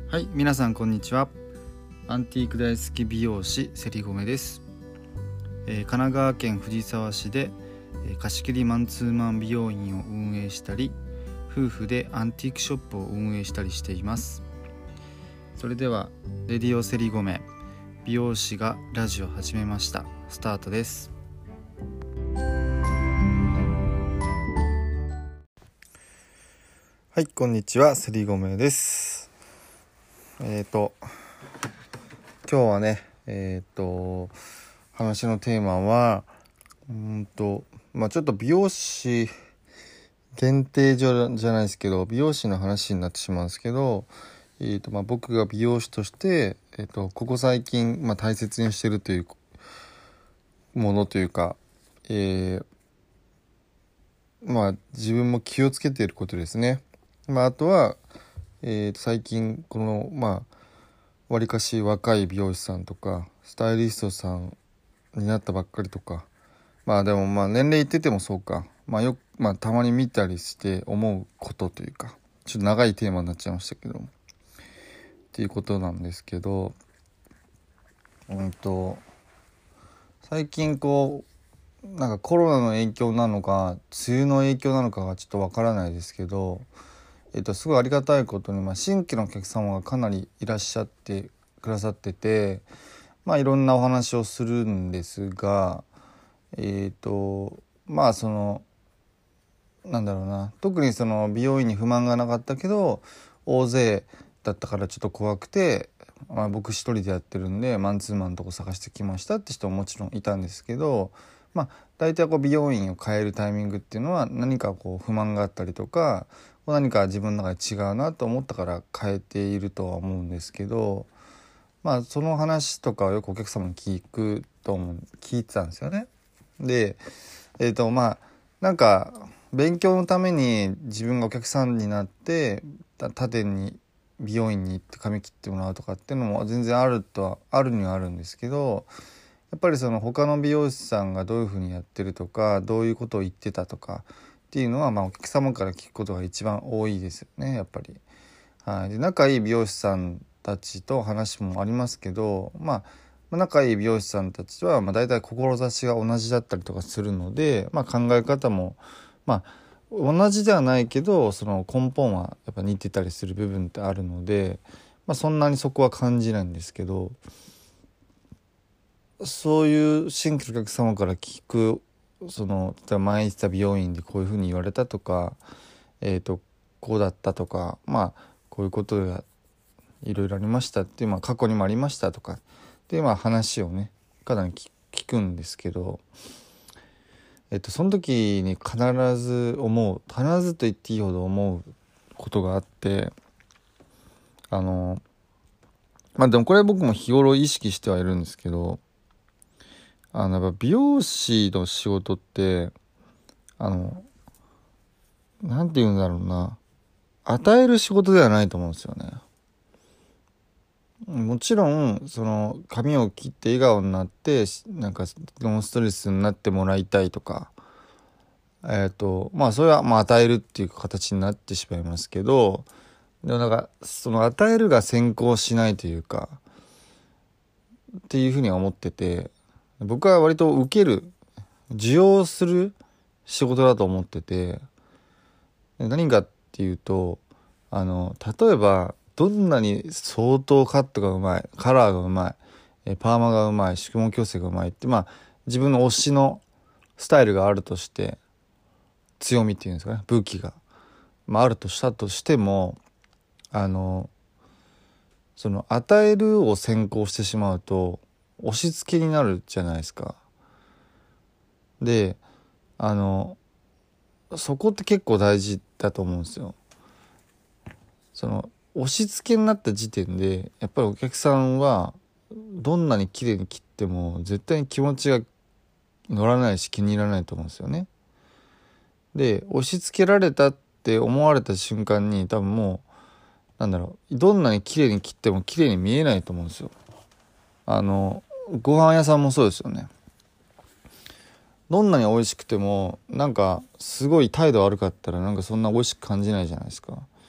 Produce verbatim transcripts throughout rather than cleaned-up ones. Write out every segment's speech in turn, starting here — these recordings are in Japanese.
はい、皆さんこんにちは。アンティーク大好き美容師せりごめです、えー、神奈川県藤沢市で、えー、貸し切りマンツーマン美容院を運営したり、夫婦でアンティークショップを運営したりしています。それではレディオせりごめ美容師がラジオ始めました。スタートです。はい、こんにちは、せりごめです。えっ、ー、と今日はねえっ、ー、と話のテーマはうんとまあちょっと美容師限定じゃ、じゃないですけど、美容師の話になってしまうんですけど、えーとまあ、僕が美容師として、えーとここ最近、まあ、大切にしてるというものというか、えー、まあ自分も気をつけていることですね。まあ、あとは、えー、最近このまあわりかし若い美容師さんとかスタイリストさんになったばっかりとか、まあでもまあ年齢いっててもそうか、まあよくまあたまに見たりして思うことというか、ちょっと長いテーマになっちゃいましたけどっていうことなんですけど、うんと最近こうなんかコロナの影響なのか梅雨の影響なのかがちょっとわからないですけど、えっとすごいありがたいことに、まあ、新規のお客様がかなりいらっしゃってくださってて、まあいろんなお話をするんですが、えっとまあそのなんだろうな、特にその美容院に不満がなかったけど大勢だったからちょっと怖くて、まあ、僕一人でやってるんでマンツーマンのとこ探してきましたって人ももちろんいたんですけど、まあ大体こう美容院を変えるタイミングっていうのは何かこう不満があったりとか、何か自分の中で違うなと思ったから変えているとは思うんですけど、まあその話とかをよくお客様に聞くと思う聞いてたんですよね。でえっとまあなんか勉強のために自分がお客さんになって他店に美容院に行って髪切ってもらうとかっていうのも全然あるとはあるにはあるんですけど、やっぱりその他の美容師さんがどういうふうにやってるとかどういうことを言ってたとかっていうのは、まあお客様から聞くことが一番多いですよね、やっぱり。はい、で仲いい美容師さんたちと話もありますけど、まあ仲いい美容師さんたちはまあ大体志が同じだったりとかするので、まあ、考え方もまあ同じではないけどその根本はやっぱ似てたりする部分ってあるので、まあ、そんなにそこは感じないんですけど、そういう新規のお客様から聞くその例えば前行った美容院でこういうふうに言われたとか、えーとこうだったとか、まあこういうことがいろいろありましたっていう、まあ過去にもありましたとかっていうまあ話をねかなり聞くんですけど、えっとその時に必ず思う必ずと言っていいほど思うことがあって、あのまあでもこれは僕も日頃意識してはいるんですけど、あのやっぱ美容師の仕事ってあのなんて言うんだろうな、与える仕事ではないと思うんですよね。もちろんその髪を切って笑顔になってなんかノンストレスになってもらいたいとか、えっとまあそれはまあ与えるっていう形になってしまいますけど、でもなんかその与えるが先行しないというかっていうふうには思ってて、僕は割と受ける需要する仕事だと思ってて、何かっていうとあの例えばどんなに相当カットがうまい、カラーがうまい、パーマがうまい、宿毛矯正がうまいってまあ自分の推しのスタイルがあるとして、強みっていうんですかね、武器が、まあ、あるとしたとしてもあのその与えるを先行してしまうと押し付けになるじゃないですか。であのそこって結構大事だと思うんですよ。その押し付けになった時点でやっぱりお客さんはどんなに綺麗に切っても絶対に気持ちが乗らないし気に入らないと思うんですよね。で押し付けられたって思われた瞬間に多分もうなんだろう、どんなに綺麗に切っても綺麗に見えないと思うんですよ。あのご飯屋さんもそうですよね。どんなに美味しくてもなんかすごい態度悪かったらなんかそんな美味しく感じないじゃないですか。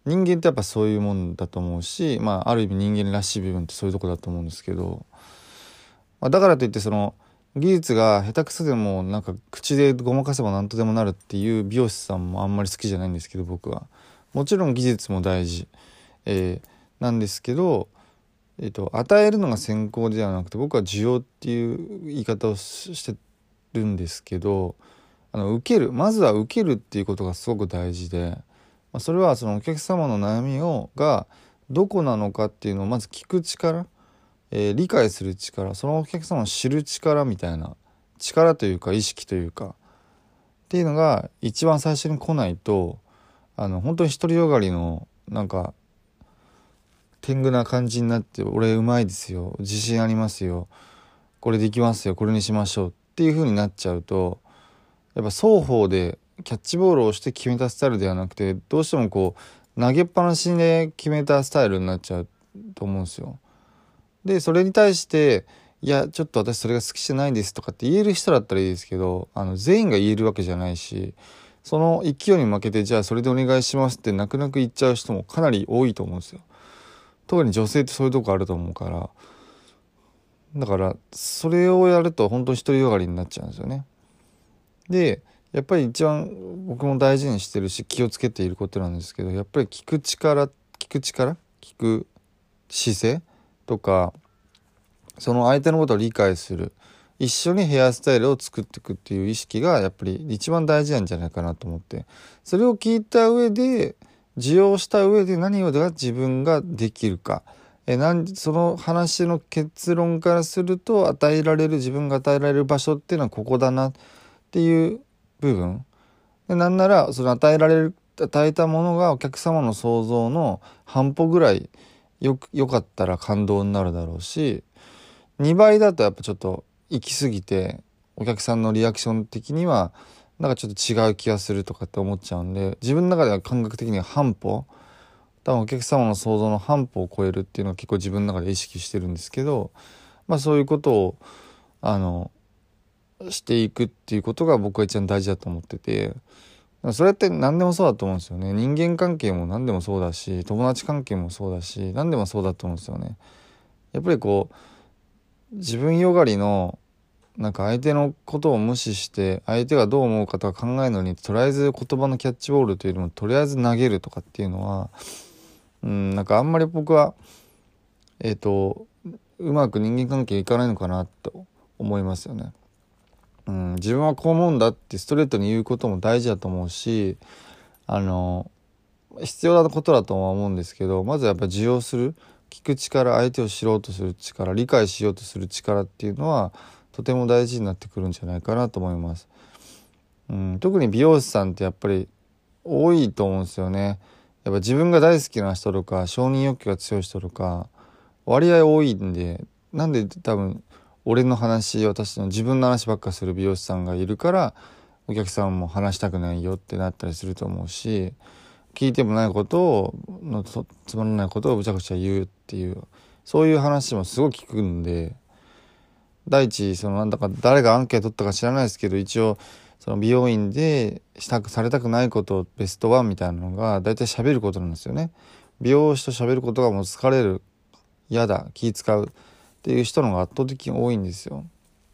人間ってやっぱそういうもんだと思うし、まあある意味人間らしい部分ってそういうとこだと思うんですけど、まあ、だからといってその技術が下手くそでもなんか口でごまかせば何とでもなるっていう美容師さんもあんまり好きじゃないんですけど、僕はもちろん技術も大事、えーなんですけど、えーと、与えるのが先行ではなくて、僕は需要っていう言い方をしてるんですけど、あの受けるまずは受けるっていうことがすごく大事で、まあ、それはそのお客様の悩みをがどこなのかっていうのをまず聞く力、えー理解する力、そのお客様を知る力みたいな力というか意識というかっていうのが一番最初に来ないと、あの本当に独りよがりのなんか天狗な感じになって、俺うまいですよ、自信ありますよ、これできますよ、これにしましょうっていう風になっちゃうと、やっぱ双方でキャッチボールをして決めたスタイルではなくて、どうしてもこう投げっぱなしで決めたスタイルになっちゃうと思うんですよ。でそれに対していやちょっと私それが好きじゃないんですとかって言える人だったらいいですけど、あの全員が言えるわけじゃないし、その勢いに負けてじゃあそれでお願いしますって泣く泣く言っちゃう人もかなり多いと思うんですよ。特に女性ってそういうとこあると思うから、だからそれをやると本当に独りよがりになっちゃうんですよね。でやっぱり一番僕も大事にしてるし気をつけていることなんですけど、やっぱり聞く力聞く力聞く姿勢とか、その相手のことを理解する、一緒にヘアスタイルを作っていくっていう意識がやっぱり一番大事なんじゃないかなと思って、それを聞いた上で受容した上で何をが自分ができるか、えなんその話の結論からすると与えられる自分が与えられる場所っていうのはここだなっていう部分で、なんならその与えられる与えたものがお客様の想像の半歩ぐらいよくよかったら感動になるだろうし、にばいだとやっぱちょっと行き過ぎてお客さんのリアクション的にはなんかちょっと違う気がするとかって思っちゃうんで、自分の中では感覚的には半歩、多分お客様の想像の半歩を超えるっていうのを結構自分の中で意識してるんですけど、まあそういうことをあのしていくっていうことが僕は一番大事だと思ってて、それって何でもそうだと思うんですよね。人間関係も何でもそうだし、友達関係もそうだし、何でもそうだと思うんですよね。やっぱりこう自分よがりのなんか相手のことを無視して相手がどう思うかとか考えるのに、とりあえず言葉のキャッチボールというよりもとりあえず投げるとかっていうのは、うんなんかあんまり僕はえっとうまく人間関係いかないのかなと思いますよね。うん、自分はこう思うんだってストレートに言うことも大事だと思うし、あの必要なことだとは思うんですけど、まずやっぱり受容する、聞く力、相手を知ろうとする力、理解しようとする力っていうのはとても大事になってくるんじゃないかなと思います。うん、特に美容師さんってやっぱり多いと思うんですよね。やっぱ自分が大好きな人とか承認欲求が強い人とか割合多いんで、なんで多分俺の話、私の自分の話ばっかする美容師さんがいるからお客さんも話したくないよってなったりすると思うし、聞いてもないことをのつまらないことをぶちゃくちゃ言うっていう、そういう話もすごい聞くんで、第一そのなんだか誰がアンケート取ったか知らないですけど、一応その美容院でしたくされたくないことベストワンみたいなのが大体喋ることなんですよね。美容師と喋ることがもう疲れる、嫌だ、気使うっていう人の方が圧倒的に多いんですよ。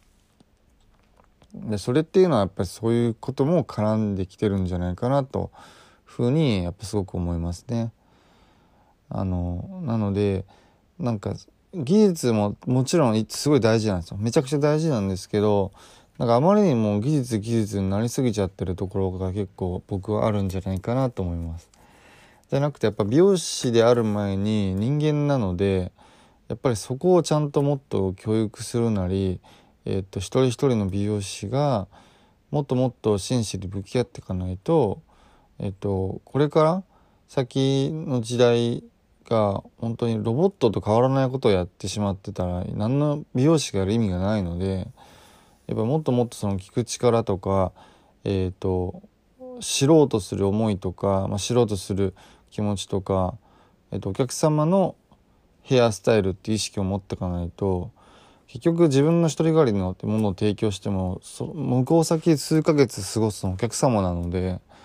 でそれっていうのはやっぱりそういうことも絡んできてるんじゃないかなとふうにやっぱすごく思いますね。あのなのでなんか技術ももちろんすごい大事なんですよ。めちゃくちゃ大事なんですけど、なんかあまりにも技術技術になりすぎちゃってるところが結構僕はあるんじゃないかなと思います。じゃなくてやっぱ美容師である前に人間なので、やっぱりそこをちゃんともっと教育するなり、えー、っと一人一人の美容師がもっともっと真摯に向き合っていかないと、えー、っとこれから先の時代が本当にロボットと変わらないことをやってしまってたら何の美容師がやる意味がないので、やっぱもっともっとその聞く力とか、えー、と知ろうとする思いとか、まあ、知ろうとする気持ちとか、えー、とお客様のヘアスタイルっていう意識を持っていかないと、結局自分の一人狩りのものを提供してもそ向こう先数ヶ月過ごすのお客様なので、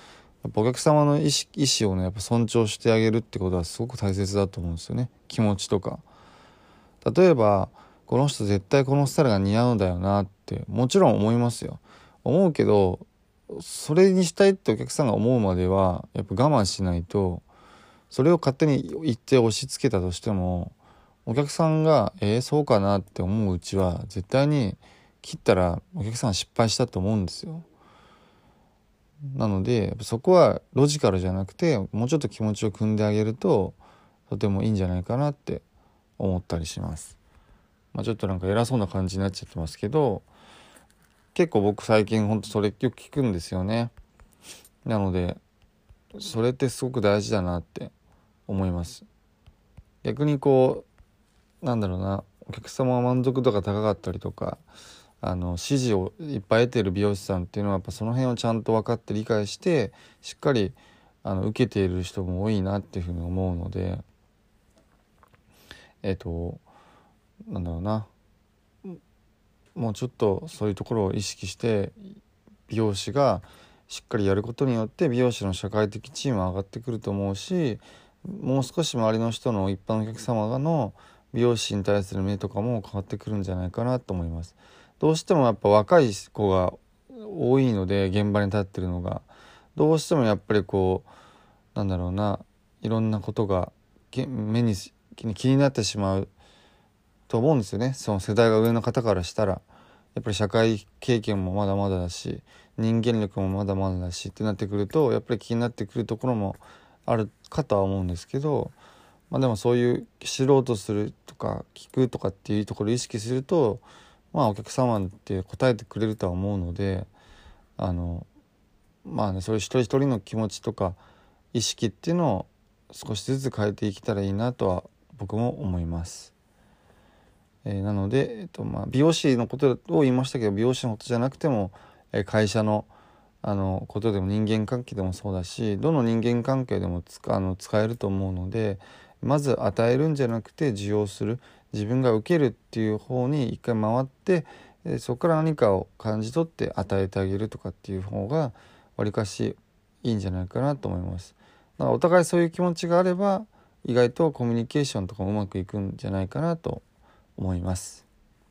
やっぱお客様の意思、意思をねやっぱ尊重してあげるってことはすごく大切だと思うんですよね。気持ちとか、例えばこの人絶対このスタイルが似合うんだよなってもちろん思いますよ。思うけど、それにしたいってお客さんが思うまではやっぱ我慢しないと、それを勝手に言って押し付けたとしてもお客さんがえー、そうかなって思ううちは絶対に切ったらお客さんは失敗したと思うんですよ。なのでそこはロジカルじゃなくてもうちょっと気持ちを汲んであげるととてもいいんじゃないかなって思ったりします。まあ、ちょっとなんか偉そうな感じになっちゃってますけど、結構僕最近ほんとそれよく聞くんですよね。なのでそれってすごく大事だなって思います。逆にこうなんだろうな、お客様は満足度が高かったりとか、あの支持をいっぱい得ている美容師さんっていうのはやっぱその辺をちゃんと分かって理解してしっかりあの受けている人も多いなっていうふうに思うので、えっとなんだろうな、もうちょっとそういうところを意識して美容師がしっかりやることによって美容師の社会的地位も上がってくると思うし、もう少し周りの人の一般のお客様の美容師に対する目とかも変わってくるんじゃないかなと思います。どうしてもやっぱ若い子が多いので、現場に立ってるのがどうしてもやっぱりこうなんだろうな、いろんなことが目に気になってしまうと思うんですよね。その世代が上の方からしたらやっぱり社会経験もまだまだだし人間力もまだまだだしってなってくるとやっぱり気になってくるところもあるかとは思うんですけど、まあ、でもそういう知ろうとするとか聞くとかっていうところを意識すると、まあお客様って答えてくれるとは思うので、あのまあね、そういう一人一人の気持ちとか意識っていうのを少しずつ変えていけたらいいなとは僕も思います。えー、なので、えっとまあ、美容師のことを言いましたけど、美容師のことじゃなくても、えー、会社のあのことでも人間関係でもそうだし、どの人間関係でもつあの使えると思うので、まず与えるんじゃなくて受容する、自分が受けるっていう方に一回回って、えー、そこから何かを感じ取って与えてあげるとかっていう方がわりかしいいんじゃないかなと思います。だからお互いそういう気持ちがあれば意外とコミュニケーションとかもうまくいくんじゃないかなと思います。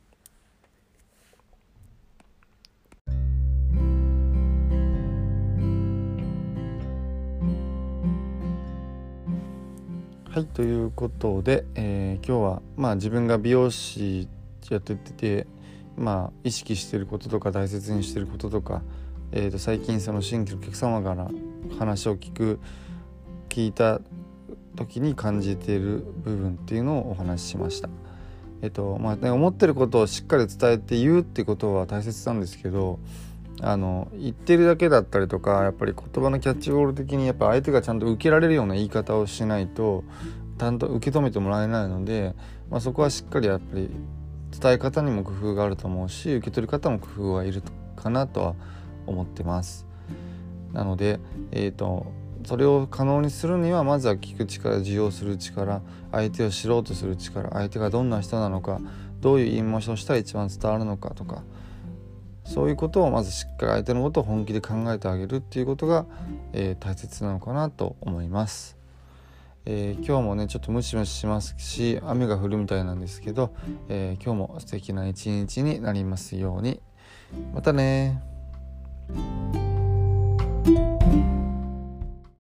はい、ということで、えー、今日はまあ自分が美容師やってて、まあ意識していることとか大切にしていることとか、えー、と最近その新規のお客様から話を聞く聞いた時に感じている部分っていうのをお話ししました。えっとまあね、思ってることをしっかり伝えて言うってことは大切なんですけど、あの言ってるだけだったりとか、やっぱり言葉のキャッチボール的にやっぱ相手がちゃんと受けられるような言い方をしないとちゃんと受け止めてもらえないので、まあ、そこはしっかりやっぱり伝え方にも工夫があると思うし、受け取り方も工夫はいるかなとは思ってます。なので、えーと、それを可能にするにはまずは聞く力、受容する力、相手を知ろうとする力、相手がどんな人なのか、どういう言い回しをしたら一番伝わるのかとか、そういうことをまずしっかり相手のことを本気で考えてあげるっていうことが、えー、大切なのかなと思います。えー、今日もねちょっとムシムシしますし雨が降るみたいなんですけど、えー、今日も素敵な一日になりますように。またね。